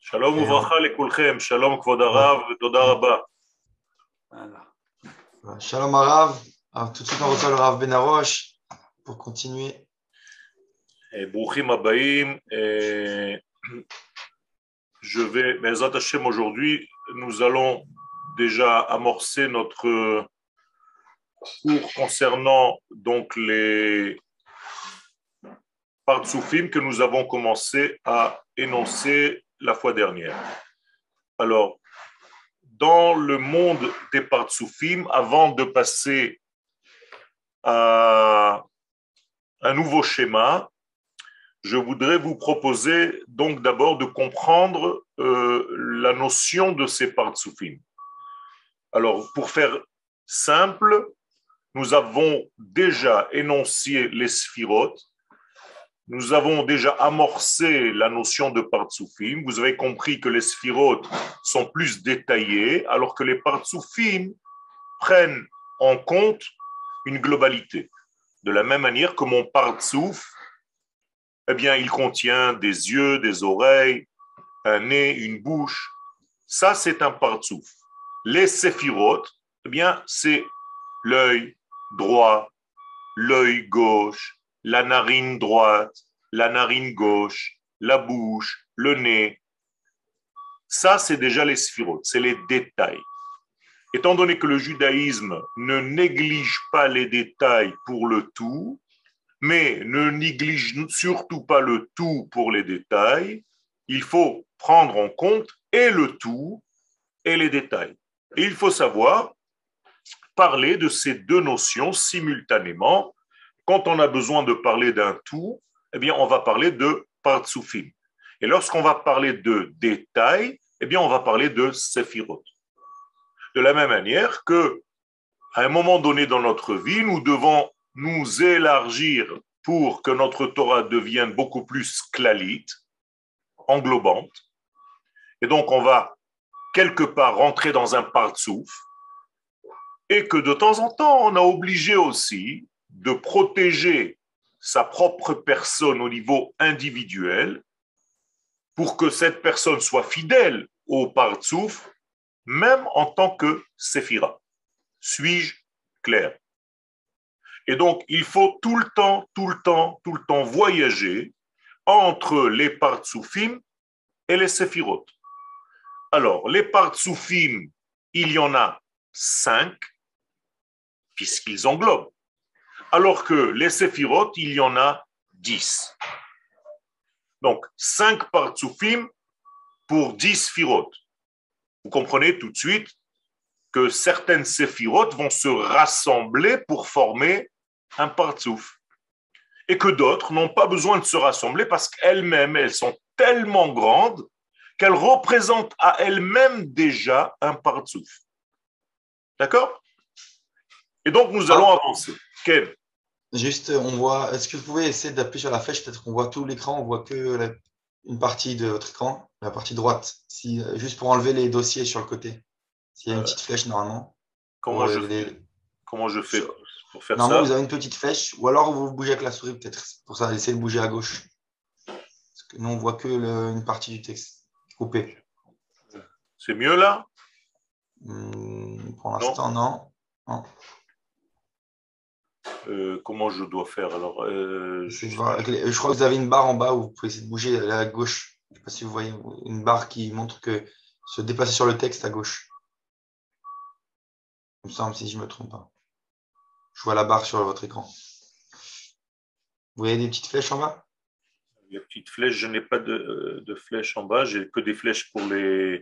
Shalom Et uvracha lekulchem, shalom kvod harav, toda rabba. voilà. Shalom Arav. Alors, tout de suite, on reçoit le Rav Ben Arosh pour continuer. Brouchim habaim. Je vais, Be'ezrat Hashem, aujourd'hui, nous allons déjà amorcer notre cours concernant donc les partsoufim que nous avons commencé à énoncer la fois dernière. Alors, dans le monde des partsoufim, avant de passer à un nouveau schéma, je voudrais vous proposer donc d'abord de comprendre la notion de ces partsoufim. Alors, pour faire simple, nous avons déjà énoncé les sphirotes, nous avons déjà amorcé la notion de partsoufim. Vous avez compris que les sphirotes sont plus détaillées, alors que les partsoufim prennent en compte une globalité. De la même manière que mon partsouf, eh bien, il contient des yeux, des oreilles, un nez, une bouche. Ça, c'est un partsouf. Les séphirotes, eh bien, c'est l'œil droit, l'œil gauche, la narine droite, la narine gauche, la bouche, le nez. Ça, c'est déjà les sphirotes, c'est les détails. Étant donné que le judaïsme ne néglige pas les détails pour le tout, mais ne néglige surtout pas le tout pour les détails, il faut prendre en compte et le tout et les détails. Et il faut savoir parler de ces deux notions simultanément. Quand on a besoin de parler d'un tout, eh bien, on va parler de partsoufim. Et lorsqu'on va parler de détails, eh bien, on va parler de séphirot. De la même manière que, à un moment donné dans notre vie, nous devons nous élargir pour que notre Torah devienne beaucoup plus klalite, englobante. Et donc, on va quelque part rentrer dans un partsouf, et que de temps en temps, on a obligé aussi de protéger sa propre personne au niveau individuel pour que cette personne soit fidèle au partsouf, même en tant que séphira. Suis-je clair? Et donc, il faut tout le temps voyager entre les partsoufim et les séphirot. Alors, les partsoufim, il y en a 5, puisqu'ils englobent. Alors que les séphirot, il y en a 10. Donc, 5 partsoufim pour 10 sphirotes. Vous comprenez tout de suite que certaines séphirotes vont se rassembler pour former un partsouf. Et que d'autres n'ont pas besoin de se rassembler parce qu'elles-mêmes, elles sont tellement grandes qu'elles représentent à elles-mêmes déjà un partsouf. D'accord? Et donc, nous allons avancer. Ken? Juste, on voit. Est-ce que vous pouvez essayer d'appuyer sur la flèche? Peut-être qu'on voit tout l'écran, on voit que une partie de votre écran, la partie droite. Si, juste pour enlever les dossiers sur le côté. S'il y a une petite flèche normalement. Comment je fais pour faire normalement, ça? vous avez une petite flèche, ou alors vous bougez avec la souris, peut-être. Pour ça, essayez de bouger à gauche. Parce que nous, on voit que une partie du texte coupée. C'est mieux là? Pour l'instant, non. Comment je dois faire alors? Je crois que vous avez une barre en bas où vous pouvez essayer de bouger à gauche. Je ne sais pas si vous voyez une barre qui montre que se déplacer sur le texte à gauche. Il me semble, si je ne me trompe pas. Je vois la barre sur votre écran. Vous voyez des petites flèches en bas? Les petites flèches, je n'ai pas de flèches en bas, j'ai que des flèches pour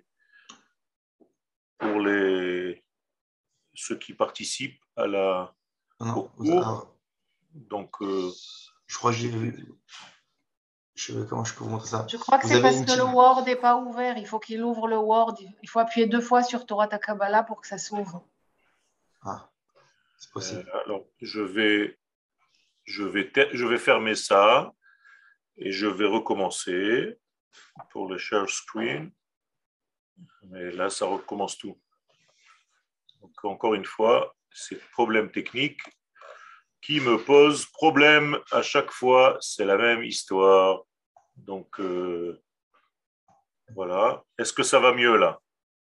ceux qui participent à au cours. Donc, je crois que j'ai vu. Comment je peux vous montrer ça? Je crois que c'est parce que le Word n'est pas ouvert. Il faut qu'il ouvre le Word. Il faut appuyer 2 fois sur Torah Ta Kabbalah pour que ça s'ouvre. Ah, c'est possible. Alors, je vais fermer ça et je vais recommencer pour le share screen. Mais là, ça recommence tout. Donc, encore une fois, c'est problème technique qui me pose problème à chaque fois. C'est la même histoire. Donc, Voilà. Est-ce que ça va mieux là?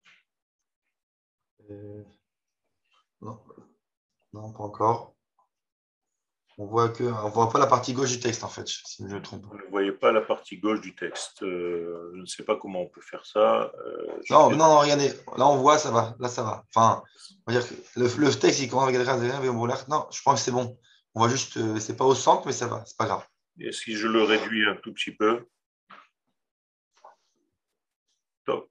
Non, non, pas encore. On voit pas la partie gauche du texte en fait, si je ne me trompe pas. Vous ne voyez pas la partie gauche du texte. Je ne sais pas comment on peut faire ça. Non, non, non, regardez. Là, on voit, ça va. Là, ça va. Enfin, on va dire que le texte, il commence avec des rien. Non, je pense que c'est bon. On voit juste, c'est pas au centre, mais ça va. C'est pas grave. Et si je le réduis un tout petit peu? Top.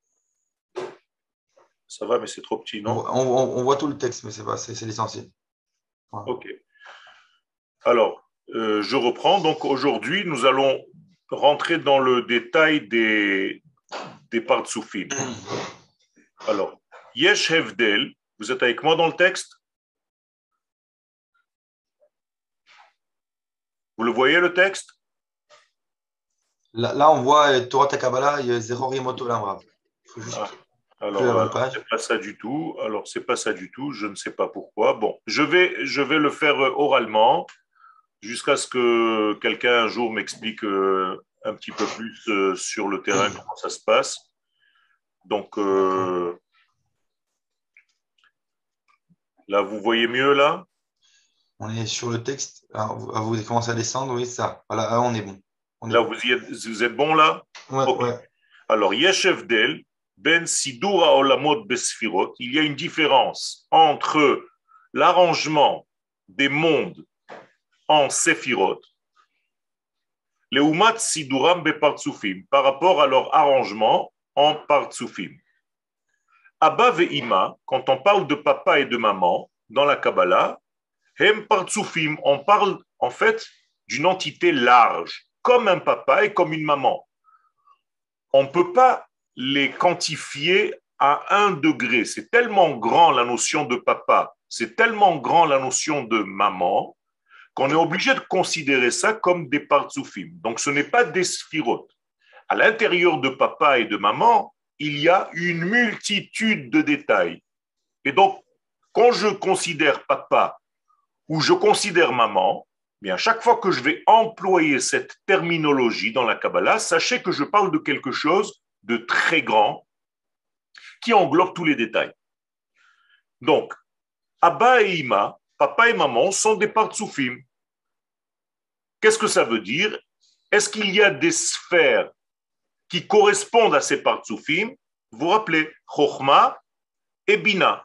Ça va, mais c'est trop petit, non? On voit tout le texte, mais c'est l'essentiel. Voilà. Ok. Alors, je reprends. Donc, aujourd'hui, nous allons rentrer dans le détail des partsoufim. Alors, Yesh Hevdel, vous êtes avec moi dans le texte? Vous le voyez, le texte? Là, on voit Torah Takabala, il y a zéro Rimoto Lamrav. Il faut juste alors, la bonne page. c'est pas ça du tout. Alors, c'est pas ça du tout. Je ne sais pas pourquoi. Bon, je vais le faire oralement jusqu'à ce que quelqu'un un jour m'explique un petit peu plus sur le terrain comment ça se passe. Donc, là, vous voyez mieux, là? On est sur le texte. Alors, vous commencez à descendre, oui, ça. Voilà, là, on est bon. Là, vous êtes bon, là? Ouais, Ok. ouais. Alors, Yeshev Del, Ben Sidura Olamot Besfirot, il y a une différence entre l'arrangement des mondes en Séphirot, les Umat Siduram Bepartsufim, par rapport à leur arrangement en Partsufim. Abba Ve'ima, quand on parle de papa et de maman dans la Kabbalah, Hem Partsufim, on parle en fait d'une entité large, comme un papa et comme une maman. On ne peut pas les quantifier à 1 degré. C'est tellement grand la notion de papa, c'est tellement grand la notion de maman, qu'on est obligé de considérer ça comme des partsoufim. Donc ce n'est pas des sphirotes. À l'intérieur de papa et de maman, il y a une multitude de détails. Et donc, quand je considère papa ou je considère maman, bien, chaque fois que je vais employer cette terminologie dans la Kabbalah, sachez que je parle de quelque chose de très grand qui englobe tous les détails. Donc, Abba et Ima, papa et maman, sont des partsoufim. Qu'est-ce que ça veut dire? Est-ce qu'il y a des sphères qui correspondent à ces partsoufim? Vous vous rappelez, Chochma et Bina.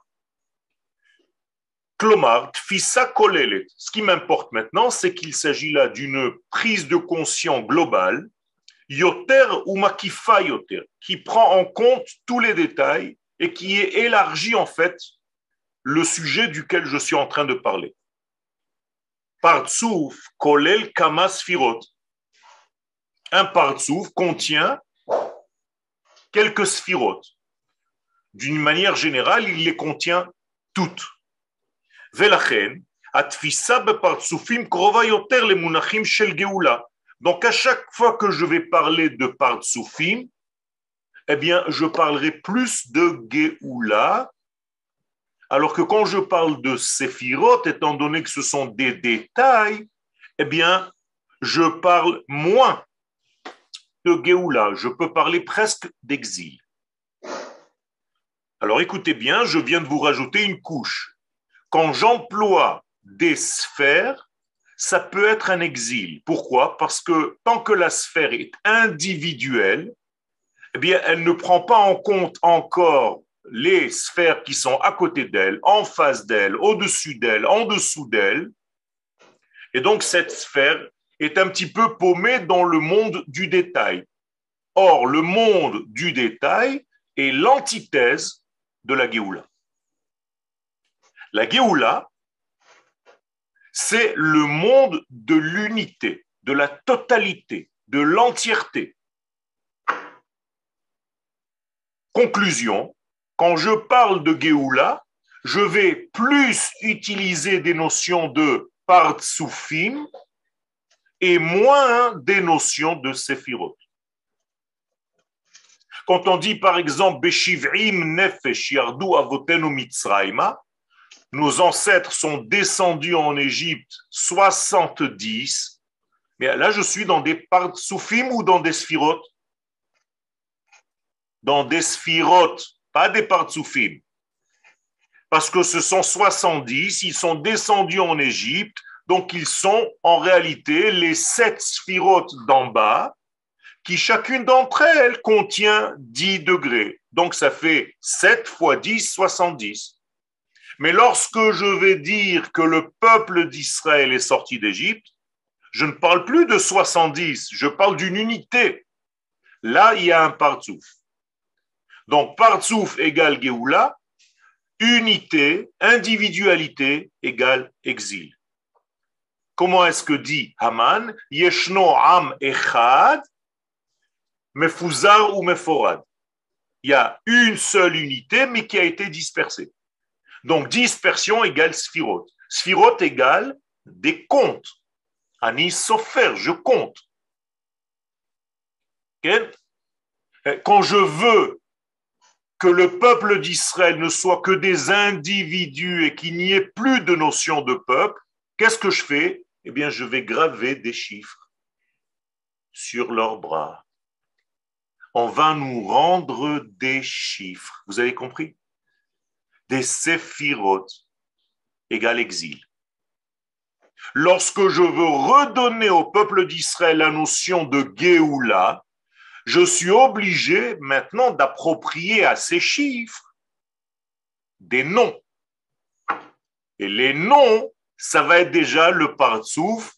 Klomar, Tfissa Kolelet. Ce qui m'importe maintenant, c'est qu'il s'agit là d'une prise de conscience globale, Yoter ou Makifa Yoter, qui prend en compte tous les détails et qui est élargi en fait le sujet duquel je suis en train de parler. Partsouf Kolel Kama Sfirot. Un partsouf contient quelques sphirotes. D'une manière générale, il les contient toutes. Velachen, atfissa bepartsufim krova yoter le munachim shel geoula. Donc à chaque fois que je vais parler de partsoufim, eh bien, je parlerai plus de geoula, alors que quand je parle de séphirot, étant donné que ce sont des détails, eh bien, je parle moins de geoula. Je peux parler presque d'exil. Alors écoutez bien, je viens de vous rajouter une couche. Quand j'emploie des sphères, ça peut être un exil. Pourquoi? Parce que tant que la sphère est individuelle, eh bien, elle ne prend pas en compte encore les sphères qui sont à côté d'elle, en face d'elle, au-dessus d'elle, en dessous d'elle. Et donc, cette sphère est un petit peu paumée dans le monde du détail. Or, le monde du détail est l'antithèse de la Géoula. La Géoula, c'est le monde de l'unité, de la totalité, de l'entièreté. Conclusion, quand je parle de Géoula, je vais plus utiliser des notions de partsoufim et moins des notions de séphirot. Quand on dit par exemple Beshivrim nefesh yardu avotenu mitzrayma, nos ancêtres sont descendus en Égypte 70, mais là je suis dans des partsoufim ou dans des séphirot? dans des sphirotes, pas des partsoufim. Parce que ce sont 70, ils sont descendus en Égypte, donc ils sont en réalité les 7 sphirotes d'en bas, qui chacune d'entre elles contient 10 degrés. Donc ça fait 7 fois 10, 70. Mais lorsque je vais dire que le peuple d'Israël est sorti d'Égypte, je ne parle plus de 70, je parle d'une unité. Là, il y a un partsouf. Donc, partsouf égale Géoula, unité, individualité égale exil. Comment est-ce que dit Haman? Yeshno am echad, mefuzar ou meforad. Il y a une seule unité, mais qui a été dispersée. Donc, dispersion égale sphirot. Sphirot égale des comptes. Ani sofer, je compte. Okay? Quand je veux que le peuple d'Israël ne soit que des individus et qu'il n'y ait plus de notion de peuple, qu'est-ce que je fais? Eh bien, je vais graver des chiffres sur leurs bras. On va nous rendre des chiffres. Vous avez compris? Des séphirotes égale exil. Lorsque je veux redonner au peuple d'Israël la notion de Géoula, je suis obligé maintenant d'approprier à ces chiffres des noms. Et les noms, ça va être déjà le partsouf.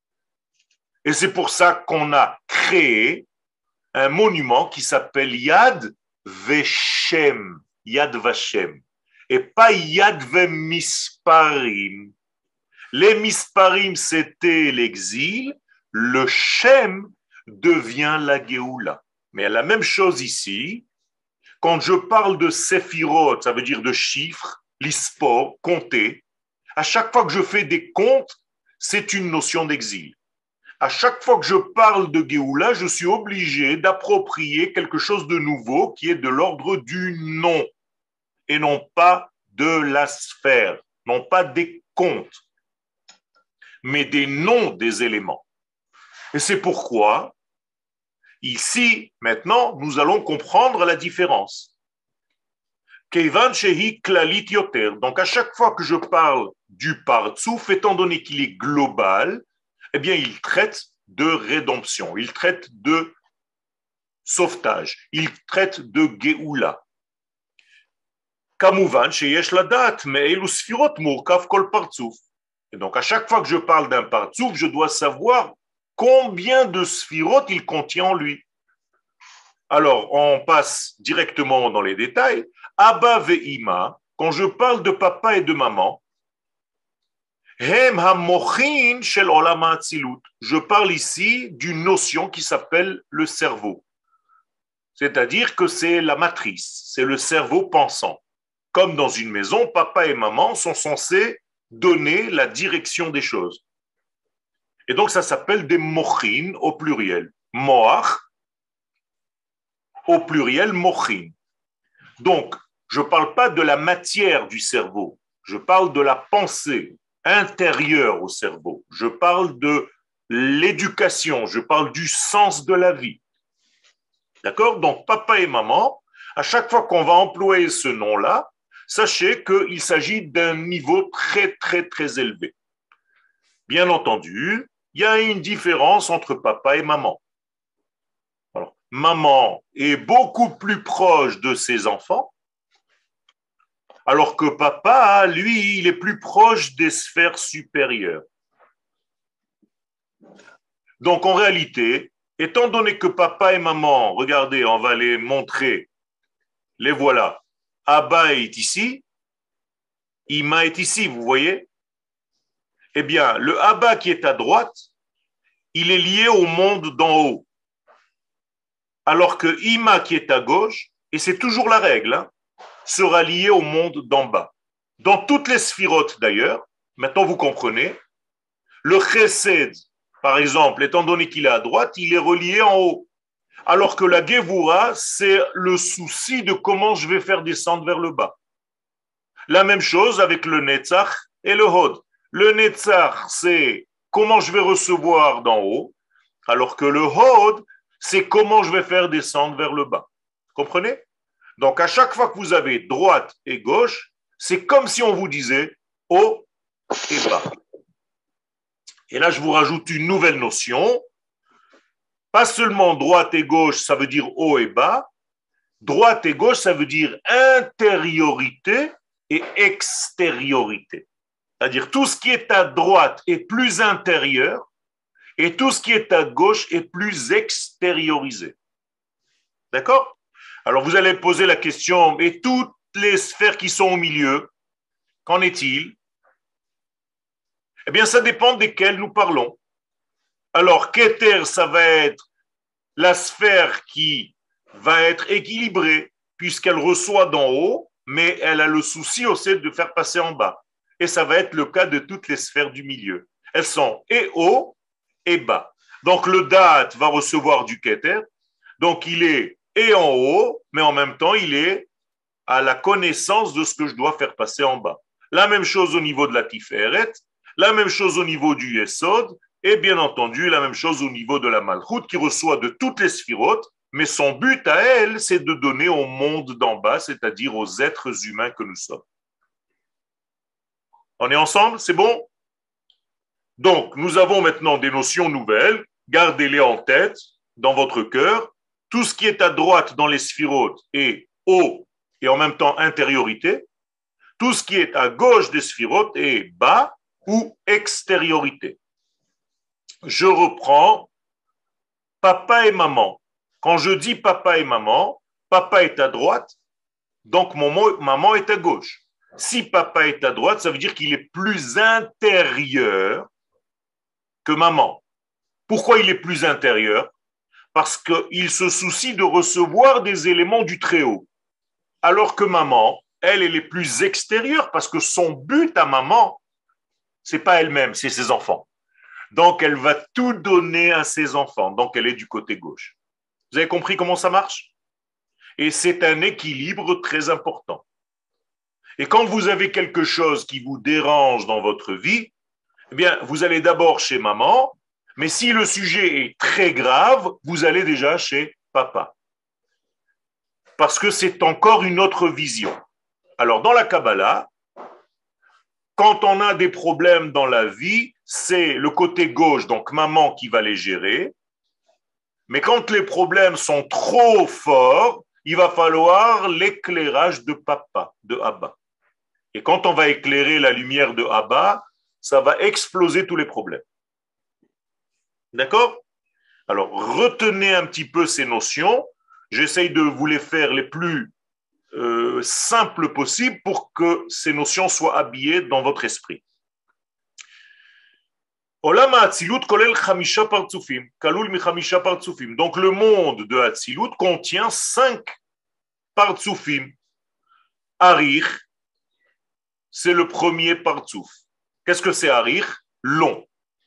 Et c'est pour ça qu'on a créé un monument qui s'appelle Yad Veshem, Yad Vashem, et pas Yad Vemisparim. Les misparim, c'était l'exil, le Shem devient la Géoula. Mais la même chose ici, quand je parle de séphirot, ça veut dire de chiffres, l'ispor, compter, à chaque fois que je fais des comptes, c'est une notion d'exil. À chaque fois que je parle de Géoula, je suis obligé d'approprier quelque chose de nouveau qui est de l'ordre du nom et non pas de la sphère, non pas des comptes, mais des noms des éléments. Et c'est pourquoi, ici, maintenant, nous allons comprendre la différence. Keivan shehi klalit yoter. Donc, à chaque fois que je parle du partsouf, étant donné qu'il est global, eh bien, il traite de rédemption, il traite de sauvetage, il traite de Géoula. Kamouvan sheyesh ladat me'elu sfirot murkav kol partsouf. Et donc, à chaque fois que je parle d'un partsouf, je dois savoir combien de sphirot il contient en lui. Alors, on passe directement dans les détails. Abba ve'ima, quand je parle de papa et de maman, hem hamochin shel olam ha'atzilut. Je parle ici d'une notion qui s'appelle le cerveau. C'est-à-dire que c'est la matrice, c'est le cerveau pensant. Comme dans une maison, papa et maman sont censés donner la direction des choses. Et donc, ça s'appelle des mochin au pluriel. Moach, au pluriel, mochin. Donc, je ne parle pas de la matière du cerveau, je parle de la pensée intérieure au cerveau. Je parle de l'éducation, je parle du sens de la vie. D'accord? Donc, papa et maman, à chaque fois qu'on va employer ce nom-là, sachez qu'il s'agit d'un niveau très, très, très élevé. Bien entendu, il y a une différence entre papa et maman. Alors, maman est beaucoup plus proche de ses enfants, alors que papa, lui, il est plus proche des sphères supérieures. Donc, en réalité, étant donné que papa et maman, regardez, on va les montrer, les voilà. Abba est ici, Ima est ici, vous voyez? Eh bien, le Abba qui est à droite, il est lié au monde d'en haut. Alors que Ima qui est à gauche, et c'est toujours la règle, hein, sera lié au monde d'en bas. Dans toutes les sphirotes d'ailleurs, maintenant vous comprenez, le Chesed, par exemple, étant donné qu'il est à droite, il est relié en haut. Alors que la Gevura, c'est le souci de comment je vais faire descendre vers le bas. La même chose avec le Netzach et le Hod. Le Netzach, c'est comment je vais recevoir d'en haut, alors que le Hod, c'est comment je vais faire descendre vers le bas. Comprenez? Donc, à chaque fois que vous avez droite et gauche, c'est comme si on vous disait haut et bas. Et là, je vous rajoute une nouvelle notion. Pas seulement droite et gauche, ça veut dire haut et bas. Droite et gauche, ça veut dire intériorité et extériorité. C'est-à-dire tout ce qui est à droite est plus intérieur et tout ce qui est à gauche est plus extériorisé. D'accord? Alors vous allez poser la question, et toutes les sphères qui sont au milieu, qu'en est-il? Eh bien, ça dépend desquelles nous parlons. Alors, Keter, ça va être la sphère qui va être équilibrée, puisqu'elle reçoit d'en haut, mais elle a le souci aussi de faire passer en bas. Et ça va être le cas de toutes les sphères du milieu. Elles sont et haut et bas. Donc, le Da'at va recevoir du Keter. Donc, il est et en haut, mais en même temps, il est à la connaissance de ce que je dois faire passer en bas. La même chose au niveau de la Tiferet, la même chose au niveau du Yesod, et bien entendu, la même chose au niveau de la Malchut qui reçoit de toutes les sphirotes, mais son but à elle, c'est de donner au monde d'en bas, c'est-à-dire aux êtres humains que nous sommes. On est ensemble? C'est bon? Donc, nous avons maintenant des notions nouvelles, gardez-les en tête, dans votre cœur. Tout ce qui est à droite dans les sphirotes est haut et en même temps intériorité. Tout ce qui est à gauche des sphirotes est bas ou extériorité. Je reprends papa et maman. Quand je dis papa et maman, papa est à droite, donc maman est à gauche. Si papa est à droite, ça veut dire qu'il est plus intérieur que maman. Pourquoi il est plus intérieur? Parce qu'il se soucie de recevoir des éléments du Très-Haut. Alors que maman, elle est plus extérieure parce que son but à maman, c'est pas elle-même, c'est ses enfants. Donc, elle va tout donner à ses enfants. Donc, elle est du côté gauche. Vous avez compris comment ça marche? Et c'est un équilibre très important. Et quand vous avez quelque chose qui vous dérange dans votre vie, eh bien, vous allez d'abord chez maman, mais si le sujet est très grave, vous allez déjà chez papa. Parce que c'est encore une autre vision. Alors, dans la Kabbalah, quand on a des problèmes dans la vie, c'est le côté gauche, donc maman, qui va les gérer. Mais quand les problèmes sont trop forts, il va falloir l'éclairage de papa, de Abba. Et quand on va éclairer la lumière de Abba, ça va exploser tous les problèmes. D'accord? Alors, retenez un petit peu ces notions. J'essaye de vous les faire les plus simples possibles pour que ces notions soient habillées dans votre esprit. Olam Hatzilut kolel chamisha partsufim, kalul mi chamisha partsufim. Donc le monde de Hatzilut contient 5 partsufim. Arich, c'est le premier partsuf. Qu'est-ce que c'est Arich? Long.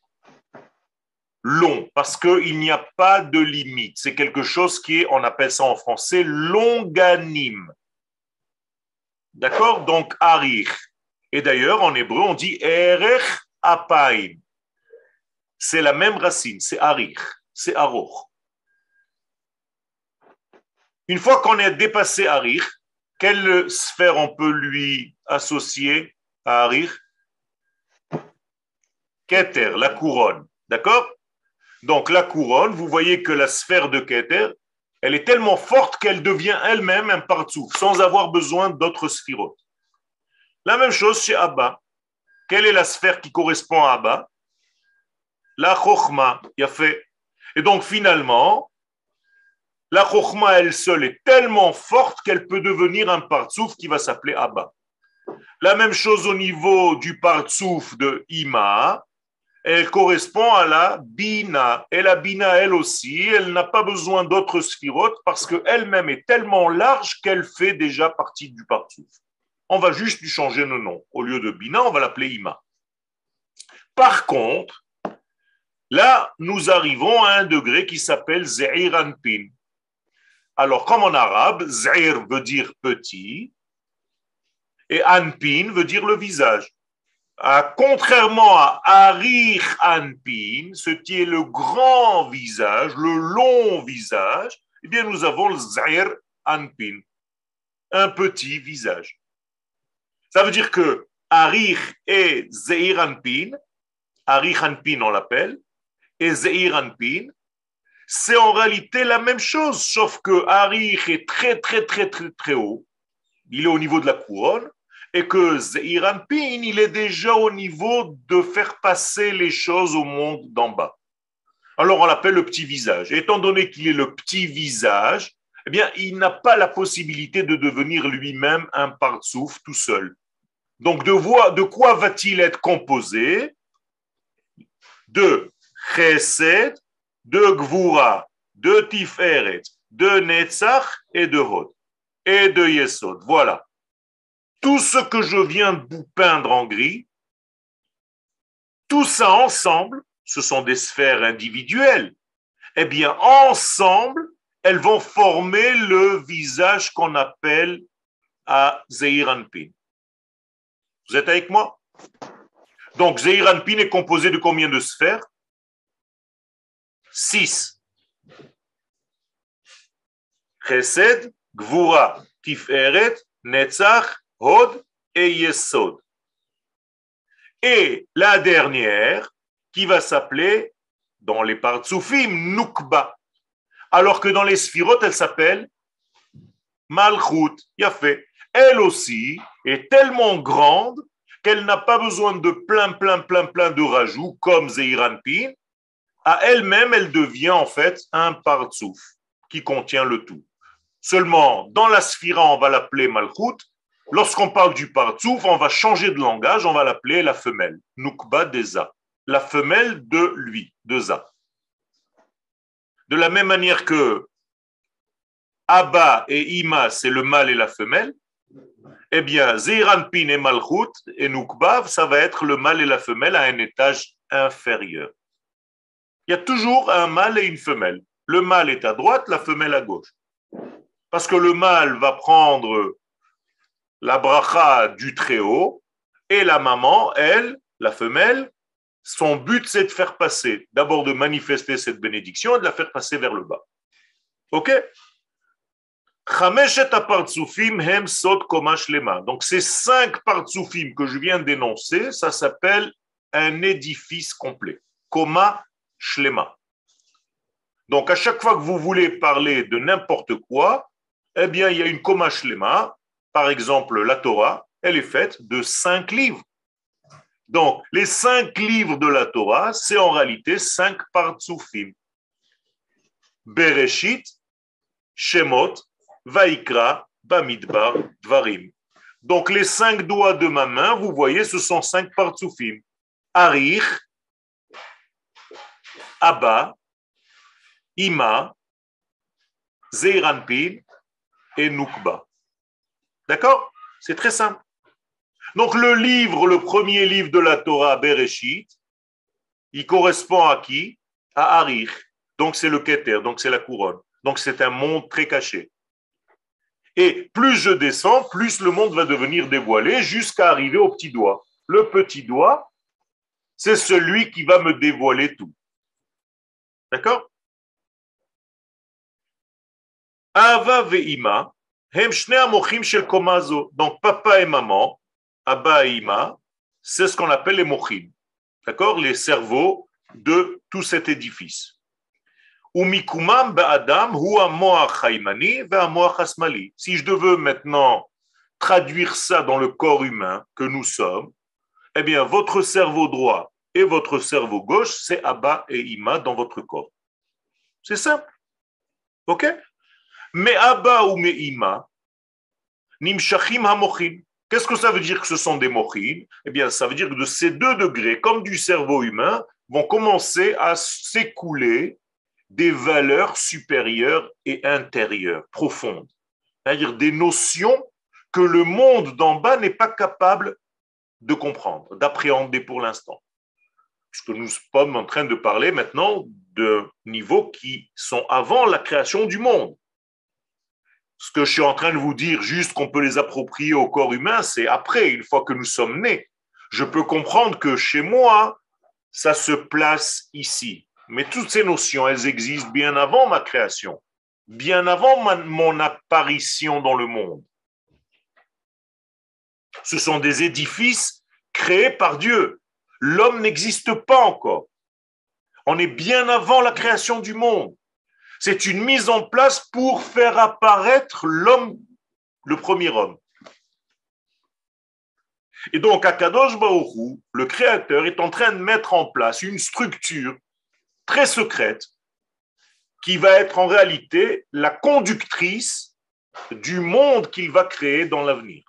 Long, parce qu'il n'y a pas de limite. C'est quelque chose qui est, on appelle ça en français, longanime. D'accord? Donc Arich. Et d'ailleurs, en hébreu, on dit Erech Apaim. C'est la même racine, c'est Arich, c'est Aroch. Une fois qu'on a dépassé Arich, quelle sphère on peut lui associer à Arich? Keter, la couronne. D'accord? Donc la couronne, vous voyez que la sphère de Keter, elle est tellement forte qu'elle devient elle-même un partsouf, sans avoir besoin d'autres sphirotes. La même chose chez Abba. Quelle est la sphère qui correspond à Abba? La Chokhma, il a fait. Et donc finalement, la Chokhma elle seule est tellement forte qu'elle peut devenir un partsouf qui va s'appeler Abba. La même chose au niveau du partsouf de Ima, elle correspond à la Bina. Et la Bina, elle aussi, elle n'a pas besoin d'autres sphirotes parce qu'elle-même est tellement large qu'elle fait déjà partie du partsouf. On va juste lui changer le nom. Au lieu de Bina, on va l'appeler Ima. Par contre, là, nous arrivons à un degré qui s'appelle Ze'ir Anpin. Alors, comme en arabe, Ze'ir veut dire petit et Anpin veut dire le visage. Contrairement à Arich Anpin, ce qui est le grand visage, le long visage, eh bien, nous avons le Ze'ir Anpin, un petit visage. Ça veut dire que Arich et Zeir Anpin, Arich Anpin on l'appelle, et Zeir Anpin, c'est en réalité la même chose, sauf que Arich est très, très, très, très, très haut. Il est au niveau de la couronne, et que Zeir Anpin, il est déjà au niveau de faire passer les choses au monde d'en bas. Alors on l'appelle le petit visage. Et étant donné qu'il est le petit visage, eh bien, il n'a pas la possibilité de devenir lui-même un partsouf tout seul. Donc, de quoi va-t-il être composé? De chesed, de gvura, de tiferet, de netzach et de hod, et de yesod. Voilà. Tout ce que je viens de vous peindre en gris, tout ça ensemble, ce sont des sphères individuelles. Eh bien, ensemble, elles vont former le visage qu'on appelle à Zeir Anpin. Vous êtes avec moi? Donc, Zeir Anpin est composé de combien de sphères? 6. Chesed, Gvura, Tiferet, Netzach, Hod et Yesod. Et la dernière, qui va s'appeler, dans les Partsoufim, Nukba. Alors que dans les Sphirot, elle s'appelle Malchut. Yafé. Elle aussi est tellement grande qu'elle n'a pas besoin de plein de rajouts comme Zeir Anpin. À elle-même, elle devient en fait un Partsouf qui contient le tout. Seulement, dans la Sphira, on va l'appeler Malchut. Lorsqu'on parle du Partsouf, on va changer de langage, on va l'appeler la femelle. Nukba Deza. La femelle de lui, de Za. De la même manière que Abba et Ima, c'est le mâle et la femelle, eh bien, Zeir Anpin et Malchut et Nukba, ça va être le mâle et la femelle à un étage inférieur. Il y a toujours un mâle et une femelle. Le mâle est à droite, la femelle à gauche. Parce que le mâle va prendre la bracha du Très-Haut et la maman, elle, la femelle, son but c'est de faire passer, d'abord de manifester cette bénédiction et de la faire passer vers le bas. Ok? Donc ces 5 partsoufim que je viens d'énoncer, ça s'appelle un édifice complet. Koma shlema. Donc à chaque fois que vous voulez parler de n'importe quoi, eh bien il y a une koma shlema. Par exemple, la Torah, elle est faite de 5 livres. Donc les 5 livres de la Torah, c'est en réalité 5 partsoufim. Bereshit, Shemot, Vaikra, Bamidbar, Dvarim. Donc les 5 doigts de ma main, vous voyez, ce sont 5 partsoufim. Arich, Abba, Ima, Zeir Anpin et Nukba. D'accord? C'est très simple. Donc le premier livre de la Torah, Bereshit, il correspond à qui? À Arich. Donc c'est le Keter, donc c'est la couronne. Donc c'est un monde très caché. Et plus je descends, plus le monde va devenir dévoilé jusqu'à arriver au petit doigt. Le petit doigt, c'est celui qui va me dévoiler tout. D'accord? Ava ve'ima, hem shne amochim shel komazo. Donc papa et maman, Abba et Ima, c'est ce qu'on appelle les mochim. D'accord? Les cerveaux de tout cet édifice. Si je devais maintenant traduire ça dans le corps humain que nous sommes, eh bien, votre cerveau droit et votre cerveau gauche, c'est Abba et Ima dans votre corps. C'est simple. OK? Mais Abba ou Ima, Nimshachim hamochim. Qu'est-ce que ça veut dire que ce sont des mochim? Eh bien, ça veut dire que de ces 2 degrés, comme du cerveau humain, vont commencer à s'écouler des valeurs supérieures et intérieures, profondes. C'est-à-dire des notions que le monde d'en bas n'est pas capable de comprendre, d'appréhender pour l'instant. Puisque nous sommes en train de parler maintenant de niveaux qui sont avant la création du monde. Ce que je suis en train de vous dire, juste qu'on peut les approprier au corps humain, c'est après, une fois que nous sommes nés. Je peux comprendre que chez moi, ça se place ici. Mais toutes ces notions, elles existent bien avant ma création. bien avant mon apparition dans le monde. Ce sont des édifices créés par Dieu. L'homme n'existe pas encore. On est bien avant la création du monde. C'est une mise en place pour faire apparaître l'homme, le premier homme. Et donc, Akadosh Baruch Hu, le Créateur, est en train de mettre en place une structure très secrète qui va être en réalité la conductrice du monde qu'il va créer dans l'avenir.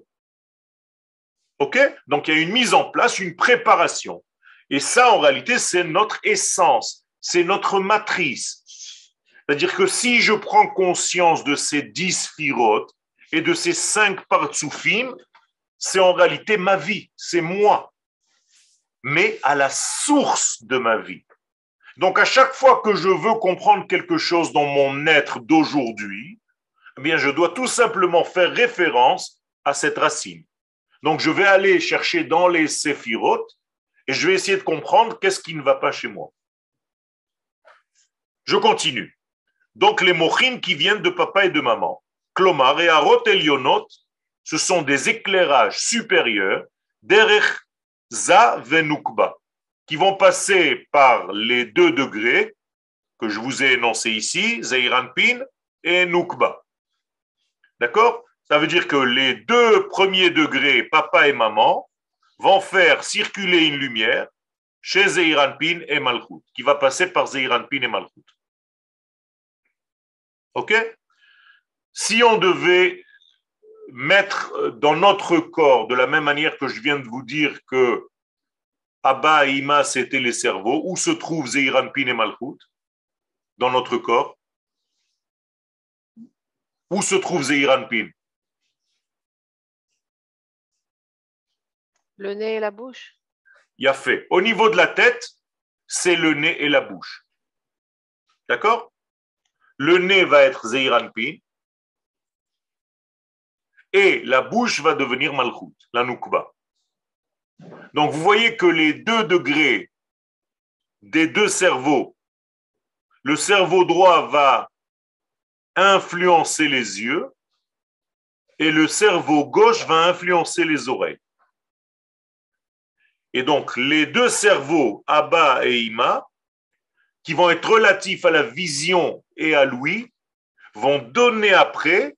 Ok? Donc, il y a une mise en place, une préparation. Et ça, en réalité, c'est notre essence, c'est notre matrice. C'est-à-dire que si je prends conscience de ces 10 firotes et de ces 5 partsoufim, c'est en réalité ma vie, c'est moi, mais à la source de ma vie. Donc, à chaque fois que je veux comprendre quelque chose dans mon être d'aujourd'hui, eh bien, je dois tout simplement faire référence à cette racine. Donc, je vais aller chercher dans les séphirotes et je vais essayer de comprendre qu'est-ce qui ne va pas chez moi. Je continue. Donc, les mochim qui viennent de papa et de maman, Klomar et Harot Elionot, ce sont des éclairages supérieurs, derech za venukba, qui vont passer par les 2 degrés que je vous ai énoncés ici, Zeiranpin et Nukba. D'accord? Ça veut dire que les 2 premiers degrés, papa et maman, vont faire circuler une lumière chez Zeiranpin et Malchut, qui va passer par Zeiranpin et Malchut. Ok? Si on devait mettre dans notre corps, de la même manière que je viens de vous dire que Abba et Ima, c'était les cerveaux, où se trouvent Zeiranpin et Malchut dans notre corps? Où se trouve Zeiranpin? Le nez et la bouche. Il y a fait. Au niveau de la tête, c'est le nez et la bouche. D'accord? Le nez va être Zeiranpin et la bouche va devenir Malchut, la Nukba. Donc vous voyez que les 2 degrés des 2 cerveaux, le cerveau droit va influencer les yeux et le cerveau gauche va influencer les oreilles. Et donc les 2 cerveaux, Abba et Ima, qui vont être relatifs à la vision et à l'ouïe, vont donner après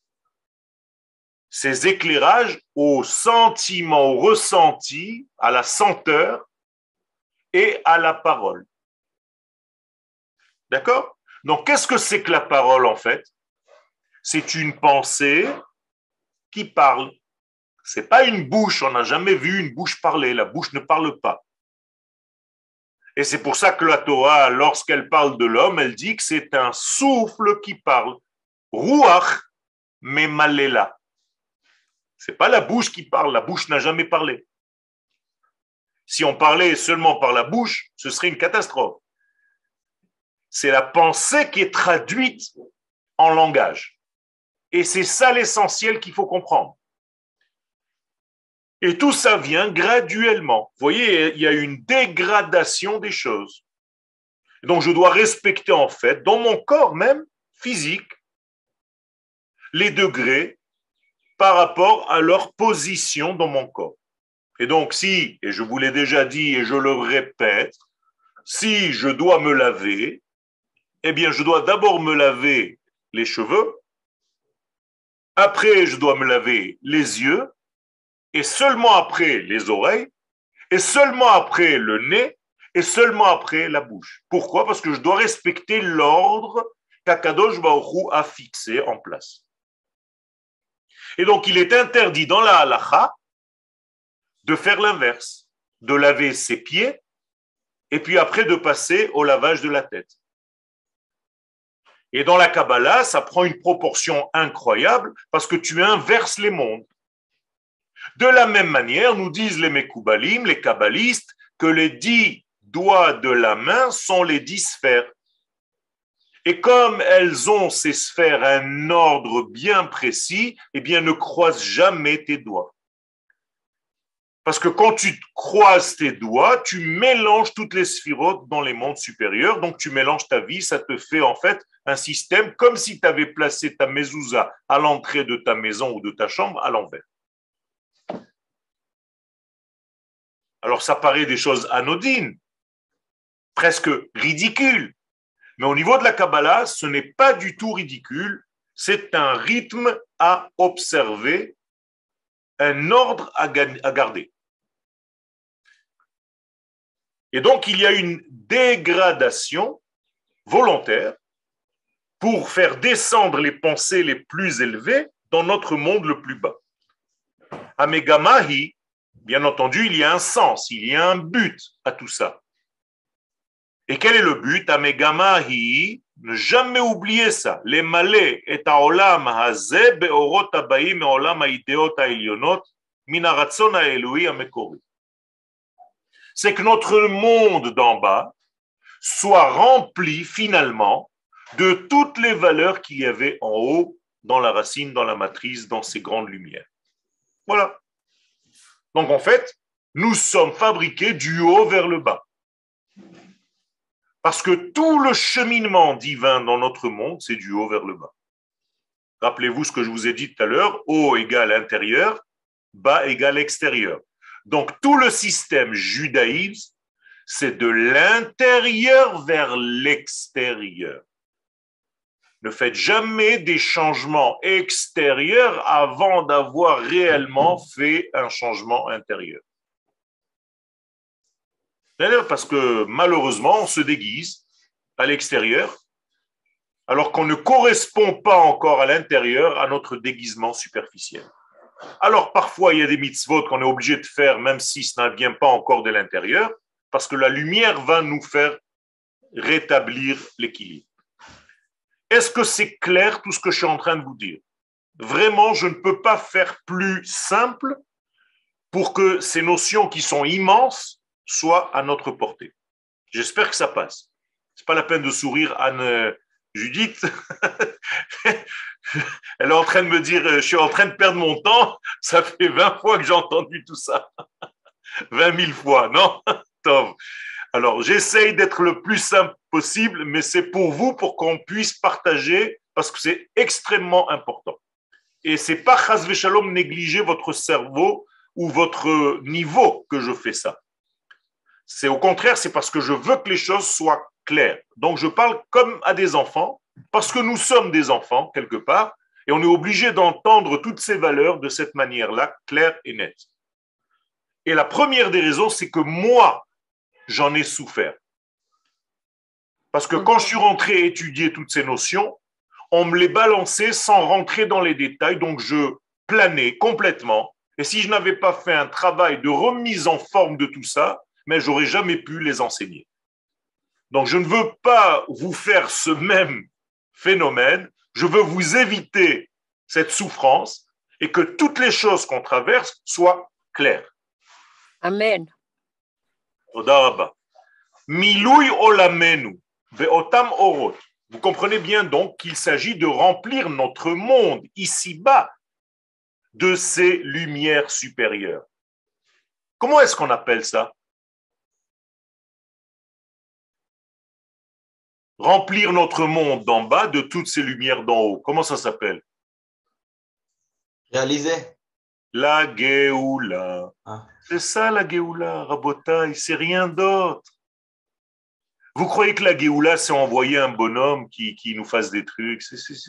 ces éclairages au sentiment, au ressenti, à la senteur et à la parole. D'accord? Donc, qu'est-ce que c'est que la parole, en fait? C'est une pensée qui parle. Ce n'est pas une bouche, on n'a jamais vu une bouche parler. La bouche ne parle pas. Et c'est pour ça que la Torah, lorsqu'elle parle de l'homme, elle dit que c'est un souffle qui parle. Ruach memalela. Ce n'est pas la bouche qui parle, la bouche n'a jamais parlé. Si on parlait seulement par la bouche, ce serait une catastrophe. C'est la pensée qui est traduite en langage. Et c'est ça l'essentiel qu'il faut comprendre. Et tout ça vient graduellement. Vous voyez, il y a une dégradation des choses. Donc je dois respecter en fait, dans mon corps même, physique, les degrés par rapport à leur position dans mon corps. Et donc si, et je vous l'ai déjà dit et je le répète, si je dois me laver, eh bien je dois d'abord me laver les cheveux, après je dois me laver les yeux, et seulement après les oreilles, et seulement après le nez, et seulement après la bouche. Pourquoi? Parce que je dois respecter l'ordre qu'Akadosh Baruch Hu a fixé en place. Et donc, il est interdit dans la halakha de faire l'inverse, de laver ses pieds et puis après de passer au lavage de la tête. Et dans la Kabbalah, ça prend une proportion incroyable parce que tu inverses les mondes. De la même manière, nous disent les Mekoubalim, les kabbalistes, que les 10 doigts de la main sont les 10 sphères. Et comme elles ont ces sphères un ordre bien précis, eh bien ne croise jamais tes doigts. Parce que quand tu croises tes doigts, tu mélanges toutes les sphirotes dans les mondes supérieurs, donc tu mélanges ta vie, ça te fait en fait un système comme si tu avais placé ta mezouza à l'entrée de ta maison ou de ta chambre à l'envers. Alors ça paraît des choses anodines, presque ridicules, mais au niveau de la Kabbalah, ce n'est pas du tout ridicule, c'est un rythme à observer, un ordre à garder. Et donc, il y a une dégradation volontaire pour faire descendre les pensées les plus élevées dans notre monde le plus bas. Amegamahi, bien entendu, il y a un sens, il y a un but à tout ça. Et quel est le but? Amegamahi, ne jamais oublier ça. Les malais et haolam hazeh beorot habayim meolam haideot haelyonot min haratzon haeloi hamekori. C'est que notre monde d'en bas soit rempli finalement de toutes les valeurs qu'il y avait en haut, dans la racine, dans la matrice, dans ces grandes lumières. Voilà. Donc en fait, nous sommes fabriqués du haut vers le bas. Parce que tout le cheminement divin dans notre monde, c'est du haut vers le bas. Rappelez-vous ce que je vous ai dit tout à l'heure, haut égale intérieur, bas égale extérieur. Donc tout le système judaïsme, c'est de l'intérieur vers l'extérieur. Ne faites jamais des changements extérieurs avant d'avoir réellement fait un changement intérieur. Parce que malheureusement, on se déguise à l'extérieur, alors qu'on ne correspond pas encore à l'intérieur à notre déguisement superficiel. Alors parfois, il y a des mitzvot qu'on est obligé de faire, même si ça ne vient pas encore de l'intérieur, parce que la lumière va nous faire rétablir l'équilibre. Est-ce que c'est clair tout ce que je suis en train de vous dire? Vraiment, je ne peux pas faire plus simple pour que ces notions qui sont immenses soient à notre portée. J'espère que ça passe. Ce n'est pas la peine de sourire, Anne-Judith. Elle est en train de me dire, je suis en train de perdre mon temps. Ça fait 20 fois que j'ai entendu tout ça. 20 000 fois, non? Tov. Alors, j'essaye d'être le plus simple possible, mais c'est pour vous, pour qu'on puisse partager, parce que c'est extrêmement important. Et ce n'est pas chas v'shalom négliger votre cerveau ou votre niveau que je fais ça. C'est au contraire, c'est parce que je veux que les choses soient claires. Donc, je parle comme à des enfants, parce que nous sommes des enfants, quelque part, et on est obligé d'entendre toutes ces valeurs de cette manière-là, claire et nette. Et la première des raisons, c'est que moi, j'en ai souffert. Parce que quand je suis rentré étudier toutes ces notions, on me les balançait sans rentrer dans les détails, donc je planais complètement. Et si je n'avais pas fait un travail de remise en forme de tout ça, mais j'aurais jamais pu les enseigner. Donc je ne veux pas vous faire ce même phénomène, je veux vous éviter cette souffrance et que toutes les choses qu'on traverse soient claires. Amen. Milui olamenu ve'otam orot. Vous comprenez bien donc qu'il s'agit de remplir notre monde ici-bas de ces lumières supérieures. Comment est-ce qu'on appelle ça? Remplir notre monde d'en bas de toutes ces lumières d'en haut. Comment ça s'appelle? Réaliser. La Géoula. Ah. C'est ça la Géoula, Rabotaï, c'est rien d'autre. Vous croyez que la Géoula, c'est envoyer un bonhomme qui nous fasse des trucs?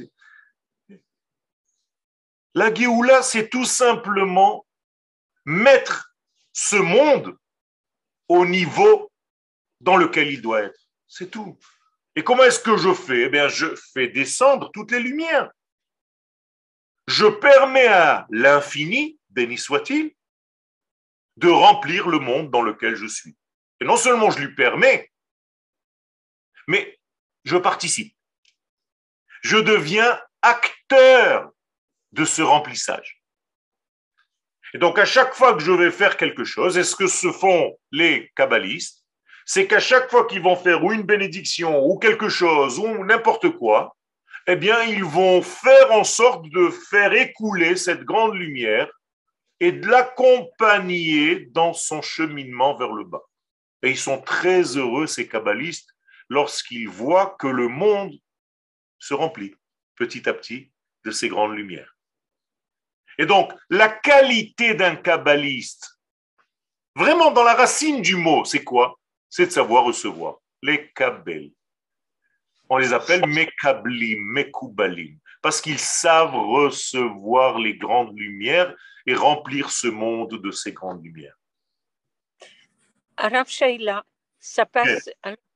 La Géoula, c'est tout simplement mettre ce monde au niveau dans lequel il doit être. C'est tout. Et comment est-ce que je fais? Eh bien, je fais descendre toutes les lumières. Je permets à l'infini, béni soit-il, de remplir le monde dans lequel je suis. Et non seulement je lui permets, mais je participe. Je deviens acteur de ce remplissage. Et donc, à chaque fois que je vais faire quelque chose, et ce que se font les kabbalistes, c'est qu'à chaque fois qu'ils vont faire ou une bénédiction ou quelque chose ou n'importe quoi, eh bien, ils vont faire en sorte de faire écouler cette grande lumière et de l'accompagner dans son cheminement vers le bas. Et ils sont très heureux, ces kabbalistes, lorsqu'ils voient que le monde se remplit petit à petit de ces grandes lumières. Et donc, la qualité d'un kabbaliste, vraiment dans la racine du mot, c'est quoi? C'est de savoir recevoir. Les kabbel. On les appelle mekablim, mekoubalim, parce qu'ils savent recevoir les grandes lumières et remplir ce monde de ces grandes lumières. Arav Sheila, ça passe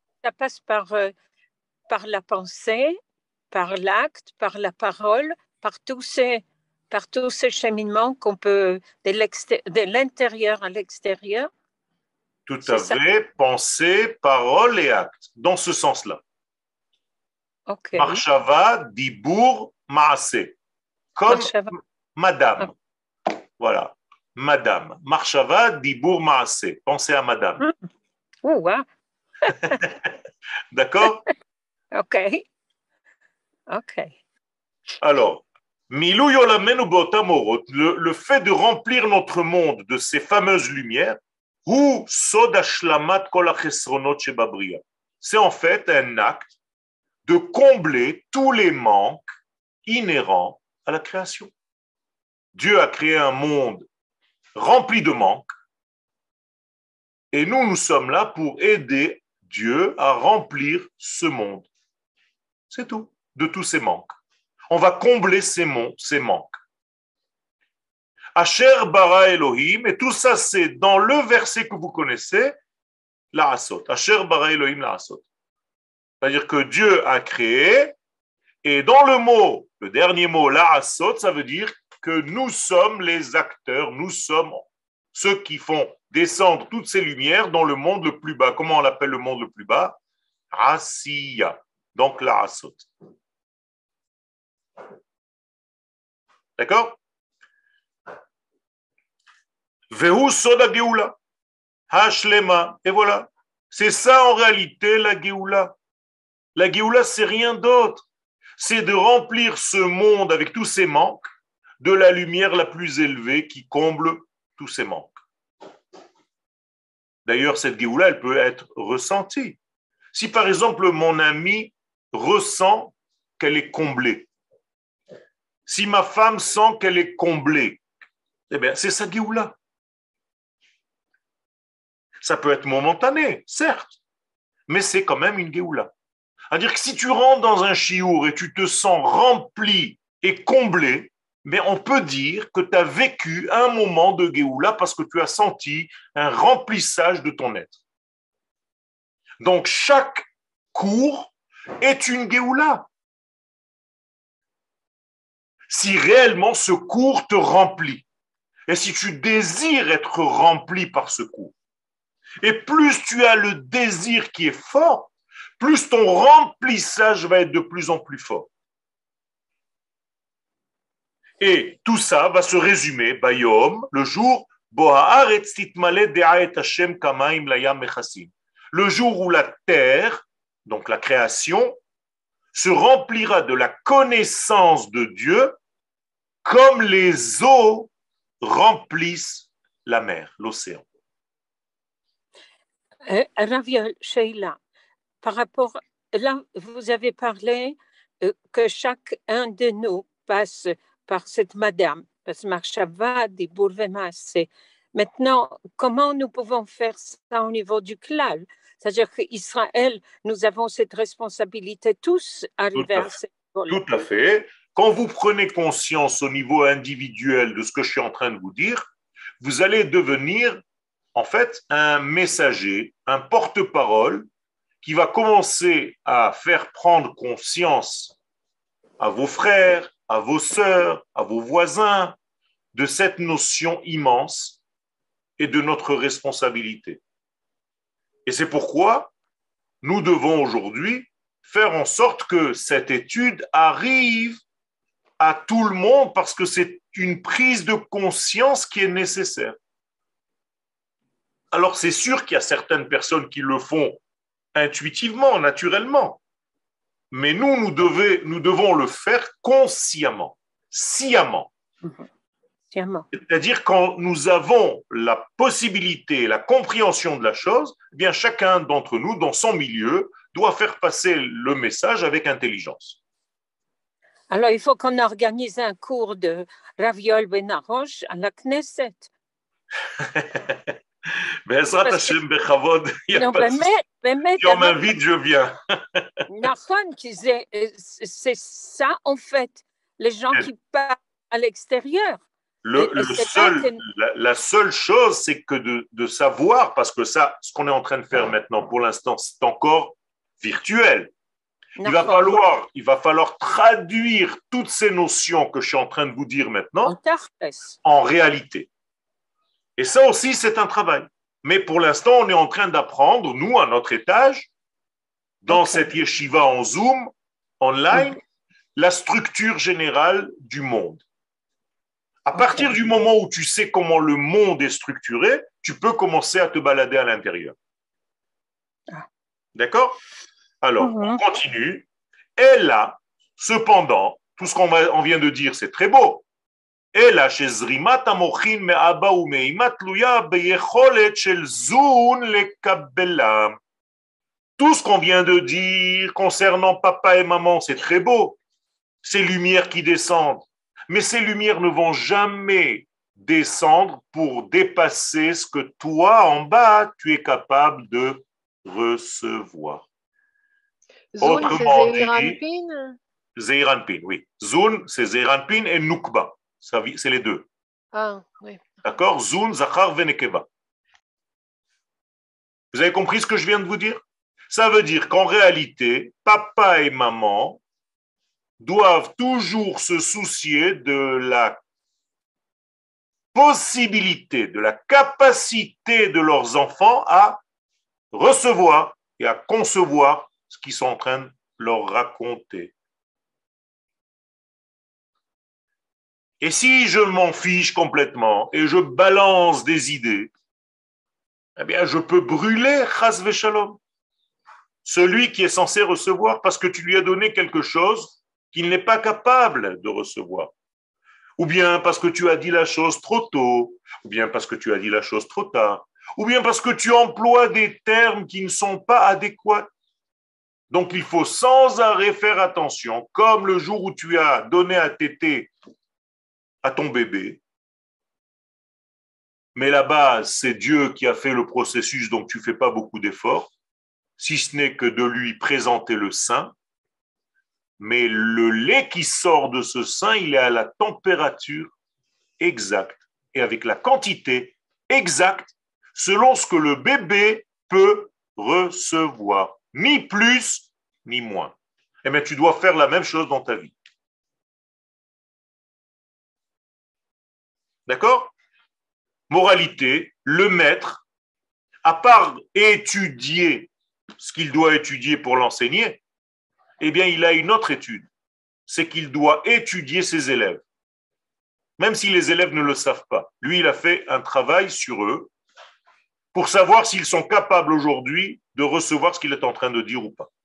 par la pensée, par l'acte, par la parole, par tous ces cheminements qu'on peut de l'intérieur à l'extérieur. Tout à fait, pensée, parole et acte, dans ce sens-là. Okay. Marshava, Dibour, Maasé. Comme Marshava. Madame. Voilà. Madame. Marshava, Dibour, Maasé. Pensez à Madame. Wow. D'accord? Ok. Alors, Milou Yolamenu Botamorot, le fait de remplir notre monde de ces fameuses lumières, ou Sod Ashlamat Kol HaChesronot Shebabria. C'est en fait un acte de combler tous les manques inhérents à la création. Dieu a créé un monde rempli de manques et nous sommes là pour aider Dieu à remplir ce monde. C'est tout, de tous ces manques. On va combler ces manques. Asher bara Elohim, et tout ça c'est dans le verset que vous connaissez, la Asot. Asher bara Elohim la Asot. C'est-à-dire que Dieu a créé, et dans le mot, le dernier mot, la Asot, ça veut dire que nous sommes les acteurs, nous sommes ceux qui font descendre toutes ces lumières dans le monde le plus bas. Comment on l'appelle le monde le plus bas? Asiya, donc la Asot. D'accord? Vehu soda geoula, hashlema, et voilà. C'est ça en réalité la geoula. La geoula, c'est rien d'autre. C'est de remplir ce monde avec tous ses manques de la lumière la plus élevée qui comble tous ces manques. D'ailleurs, cette geoula, elle peut être ressentie. Si par exemple mon ami ressent qu'elle est comblée, si ma femme sent qu'elle est comblée, eh bien, c'est sa geoula. Ça peut être momentané, certes, mais c'est quand même une geoula. C'est-à-dire que si tu rentres dans un chiour et tu te sens rempli et comblé, mais on peut dire que tu as vécu un moment de geoula parce que tu as senti un remplissage de ton être. Donc chaque cours est une geoula. Si réellement ce cours te remplit, et si tu désires être rempli par ce cours, et plus tu as le désir qui est fort, plus ton remplissage va être de plus en plus fort. Et tout ça va se résumer, Bayom, le jour, le jour où la terre, donc la création, se remplira de la connaissance de Dieu comme les eaux remplissent la mer, l'océan. Raviol, Sheila, par rapport, là, vous avez parlé que chacun de nous passe par cette madame, parce que Marshava, des Bourvemas. Maintenant, comment nous pouvons faire ça au niveau du klal? C'est-à-dire qu'Israël, nous avons cette responsabilité tous arriver à ce niveau-là. Tout à fait. Quand vous prenez conscience au niveau individuel de ce que je suis en train de vous dire, vous allez devenir en fait un messager, un porte-parole qui va commencer à faire prendre conscience à vos frères, à vos sœurs, à vos voisins de cette notion immense et de notre responsabilité. Et c'est pourquoi nous devons aujourd'hui faire en sorte que cette étude arrive à tout le monde parce que c'est une prise de conscience qui est nécessaire. Alors c'est sûr qu'il y a certaines personnes qui le font intuitivement, naturellement, mais nous devons le faire consciemment, sciemment. Consciemment. C'est-à-dire quand nous avons la possibilité, la compréhension de la chose, eh bien chacun d'entre nous, dans son milieu, doit faire passer le message avec intelligence. Alors, il faut qu'on organise un cours de Rav Yoel Ben Arosh à la Knesset. Be'ezrat Hashem, bechavod, il y a Non, pas de souci. Si on m'invite, je viens. C'est ça, en fait, les gens qui partent à l'extérieur. La seule chose, c'est que de savoir, parce que ça, ce qu'on est en train de faire maintenant, pour l'instant, c'est encore virtuel. Il va falloir traduire toutes ces notions que je suis en train de vous dire maintenant en réalité. Et ça aussi, c'est un travail. Mais pour l'instant, on est en train d'apprendre, nous, à notre étage, dans cette yeshiva en Zoom, online, la structure générale du monde. À partir du moment où tu sais comment le monde est structuré, tu peux commencer à te balader à l'intérieur. D'accord? Alors, on continue. Et là, cependant, tout ce qu'on vient de dire, c'est très beau. Et là, chez Zrimat Amochin me'aba ou me'ima tluya beyecholet shel zun lekabela. Tout ce qu'on vient de dire concernant papa et maman, c'est très beau. Ces lumières qui descendent. Mais ces lumières ne vont jamais descendre pour dépasser ce que toi, en bas, tu es capable de recevoir. Zun, c'est Zeiranpin? Zeiranpin, oui. Zun, c'est Zeiranpin et Nukba. C'est les deux. Ah, oui. D'accord? Zun, Zachar, Venekeva. Vous avez compris ce que je viens de vous dire? Ça veut dire qu'en réalité, papa et maman doivent toujours se soucier de la possibilité, de la capacité de leurs enfants à recevoir et à concevoir ce qu'ils sont en train de leur raconter. Et si je m'en fiche complètement et je balance des idées, eh bien, je peux brûler chas v'shalom celui qui est censé recevoir parce que tu lui as donné quelque chose qu'il n'est pas capable de recevoir. Ou bien parce que tu as dit la chose trop tôt, ou bien parce que tu as dit la chose trop tard, ou bien parce que tu emploies des termes qui ne sont pas adéquats. Donc, il faut sans arrêt faire attention, comme le jour où tu as donné à téter à ton bébé, mais là-bas, c'est Dieu qui a fait le processus, donc tu ne fais pas beaucoup d'efforts, si ce n'est que de lui présenter le sein, mais le lait qui sort de ce sein, il est à la température exacte et avec la quantité exacte selon ce que le bébé peut recevoir, ni plus ni moins. Eh bien, tu dois faire la même chose dans ta vie. D'accord? Moralité, le maître, à part étudier ce qu'il doit étudier pour l'enseigner, eh bien, il a une autre étude. C'est qu'il doit étudier ses élèves. Même si les élèves ne le savent pas. Lui, il a fait un travail sur eux pour savoir s'ils sont capables aujourd'hui de recevoir ce qu'il est en train de dire ou pas.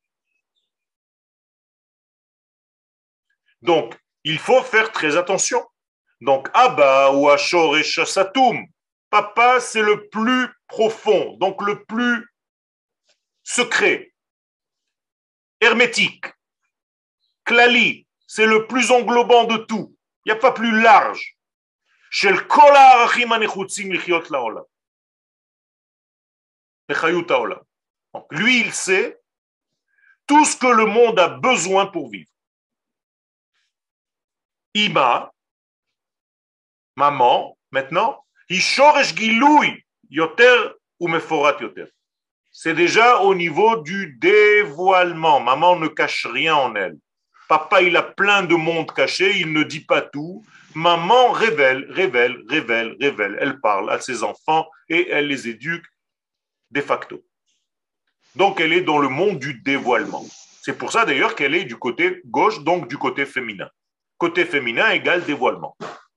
Donc, il faut faire très attention. Donc, Abba ou Ashor et Shasatoum, papa, c'est le plus profond, donc le plus secret, hermétique. Klali, c'est le plus englobant de tout. Il n'y a pas plus large. Shel kol ha'arachim hanechutzim lichiyot la'olam. Lechayut ha'olam. Donc, lui, il sait tout ce que le monde a besoin pour vivre. Ima, maman, maintenant, Hishoresh Giloui, Yoter ou Meforat Yoter. C'est déjà au niveau du dévoilement. Maman ne cache rien en elle. Papa, il a plein de monde caché, il ne dit pas tout. Maman révèle. Elle parle à ses enfants et elle les éduque de facto. Donc, elle est dans le monde du dévoilement. C'est pour ça d'ailleurs qu'elle est du côté gauche, donc du côté féminin. Côté féminin égale dévoilement.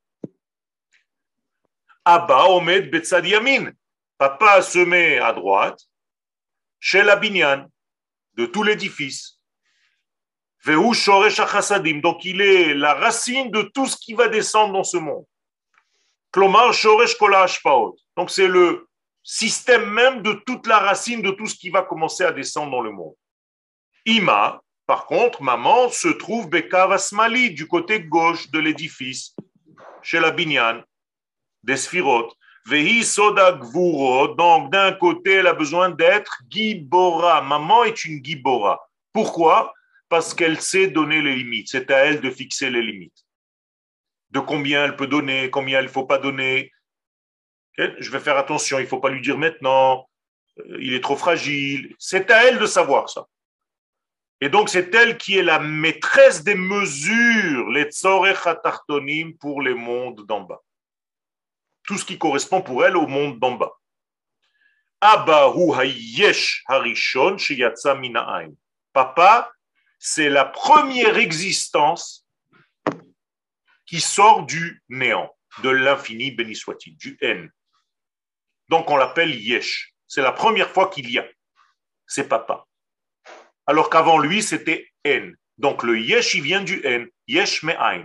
Abba omed betzad yamin. Papa se met à droite, chez la binyan, de tout l'édifice. Vehu shoresh chassadim. Donc il est la racine de tout ce qui va descendre dans ce monde. Klomar shoresh kol hashpaot. Donc c'est le système même de toute la racine de tout ce qui va commencer à descendre dans le monde. Ima, par contre, maman se trouve bekav asmali, du côté gauche de l'édifice, chez la binyan, des sphirot. Vehi soda gvuro, donc d'un côté, elle a besoin d'être gibora. Maman est une gibora. Pourquoi? Parce qu'elle sait donner les limites. C'est à elle de fixer les limites. De combien elle peut donner, combien il ne faut pas donner. Okay? Je vais faire attention, il ne faut pas lui dire maintenant, il est trop fragile. C'est à elle de savoir ça. Et donc, c'est elle qui est la maîtresse des mesures, les tzorech hatartonim, pour les mondes d'en bas. Tout ce qui correspond pour elle au monde d'en bas. Abahu hayesh harishon sheyatsa mina'ain. Papa, c'est la première existence qui sort du néant, de l'infini, béni soit-il, du N. Donc, on l'appelle Yesh. C'est la première fois qu'il y a. C'est papa. Alors qu'avant lui, c'était N. Donc le Yesh, il vient du N. Yesh me'ain.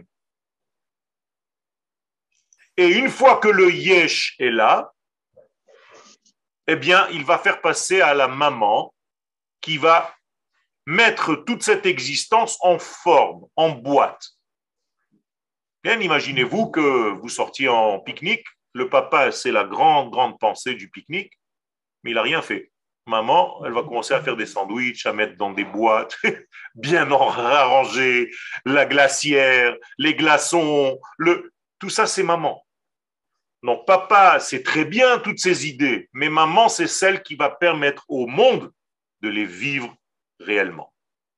Et une fois que le Yesh est là, eh bien, il va faire passer à la maman qui va mettre toute cette existence en forme, en boîte. Bien, imaginez-vous que vous sortiez en pique-nique. Le papa, c'est la grande, grande pensée du pique-nique, mais il n'a rien fait. Maman, elle va commencer à faire des sandwichs, à mettre dans des boîtes bien arrangées, la glacière, les glaçons, tout ça, c'est maman. Donc, papa, c'est très bien toutes ces idées, mais maman, c'est celle qui va permettre au monde de les vivre réellement.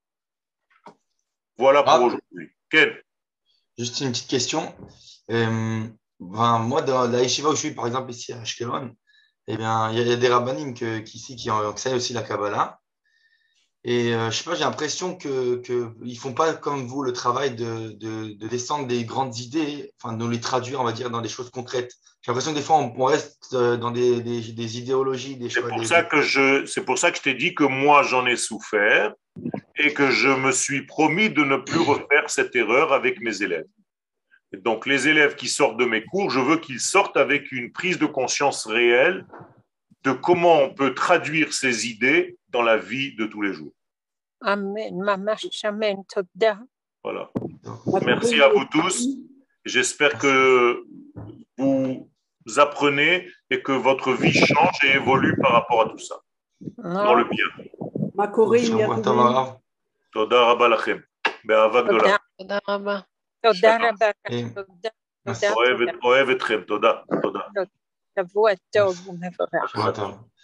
Voilà pour aujourd'hui. Ken? Juste une petite question. Moi, dans la yeshiva où je suis, par exemple, ici à Ashkelon, eh bien, il y a des rabbanim qui enseignent aussi la Kabbalah. Et je sais pas, j'ai l'impression qu'ils ne font pas comme vous le travail de descendre des grandes idées, enfin, de les traduire, on va dire, dans des choses concrètes. J'ai l'impression que des fois, on reste dans des idéologies, des choses. C'est pour ça que je t'ai dit que moi, j'en ai souffert et que je me suis promis de ne plus refaire cette erreur avec mes élèves. Et donc, les élèves qui sortent de mes cours, je veux qu'ils sortent avec une prise de conscience réelle de comment on peut traduire ces idées dans la vie de tous les jours. Amen. Voilà. Merci à vous tous. J'espère que vous apprenez et que votre vie change et évolue par rapport à tout ça. Dans le bien. Toda rabba lachem. Be'ahava gdola. תודה רבה. תודה רבה. אוהב אתכם. תודה. שבוע טוב ומבורך.